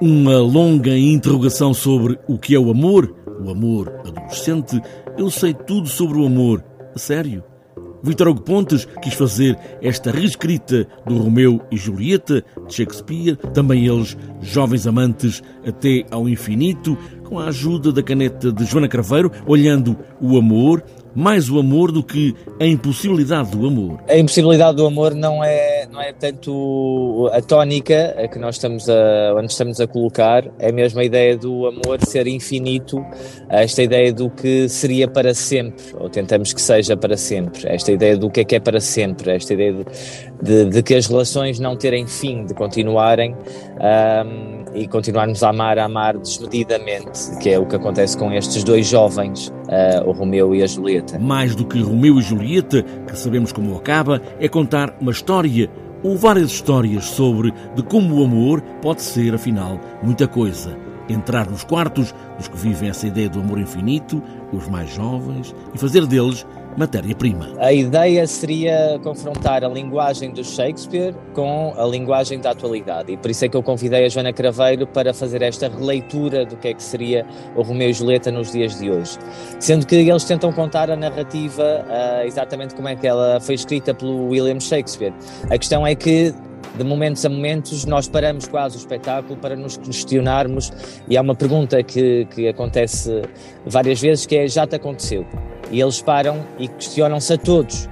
Uma longa interrogação sobre o que é o amor adolescente. Eu sei tudo sobre o amor. A sério? Vítor Hugo Pontes quis fazer esta reescrita do Romeu e Julieta, de Shakespeare, também eles jovens amantes até ao infinito, com a ajuda da caneta de Joana Craveiro, olhando o amor, mais o amor do que a impossibilidade do amor. A impossibilidade do amor não é tanto a tónica que nós onde estamos a colocar, é mesmo a ideia do amor ser infinito, esta ideia do que seria para sempre, ou tentamos que seja para sempre, esta ideia do que é para sempre, esta ideia de que as relações não terem fim, de continuarem e continuarmos a amar desmedidamente, que é o que acontece com estes dois jovens, o Romeu e a Julieta. Mais do que Romeu e Julieta, que sabemos como acaba, é contar uma história ou várias histórias sobre de como o amor pode ser, afinal, muita coisa. Entrar nos quartos dos que vivem essa ideia do amor infinito, os mais jovens, e fazer deles matéria-prima. A ideia seria confrontar a linguagem do Shakespeare com a linguagem da atualidade, e por isso é que eu convidei a Joana Craveiro para fazer esta releitura do que é que seria o Romeu e Julieta nos dias de hoje. Sendo que eles tentam contar a narrativa exatamente como é que ela foi escrita pelo William Shakespeare. A questão é que de momentos a momentos nós paramos quase o espetáculo para nos questionarmos, e há uma pergunta que acontece várias vezes, que é: já te aconteceu? E eles param e questionam-se a todos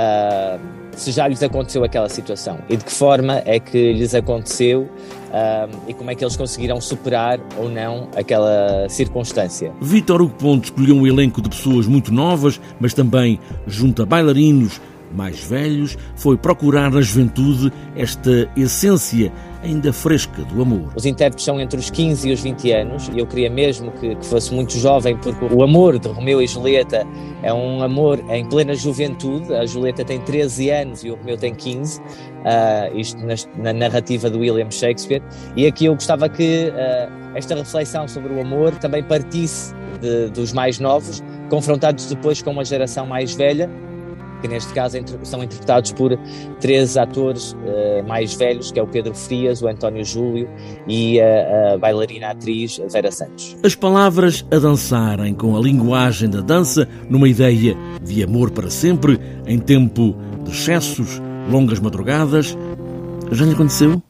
se já lhes aconteceu aquela situação e de que forma é que lhes aconteceu e como é que eles conseguiram superar ou não aquela circunstância. Vítor Hugo Pontes escolheu um elenco de pessoas muito novas, mas também junto a bailarinos mais velhos, foi procurar na juventude esta essência ainda fresca do amor. Os intérpretes são entre os 15 e os 20 anos, e eu queria mesmo que fosse muito jovem, porque o amor de Romeu e Julieta é um amor em plena juventude. A Julieta tem 13 anos e o Romeu tem 15, isto na narrativa do William Shakespeare, e aqui eu gostava que esta reflexão sobre o amor também partisse dos mais novos, confrontados depois com uma geração mais velha, que neste caso são interpretados por 3 atores mais velhos, que é o Pedro Frias, o António Júlio e a bailarina atriz Vera Santos. As palavras a dançarem com a linguagem da dança, numa ideia de amor para sempre, em tempo de excessos, longas madrugadas. Já lhe aconteceu?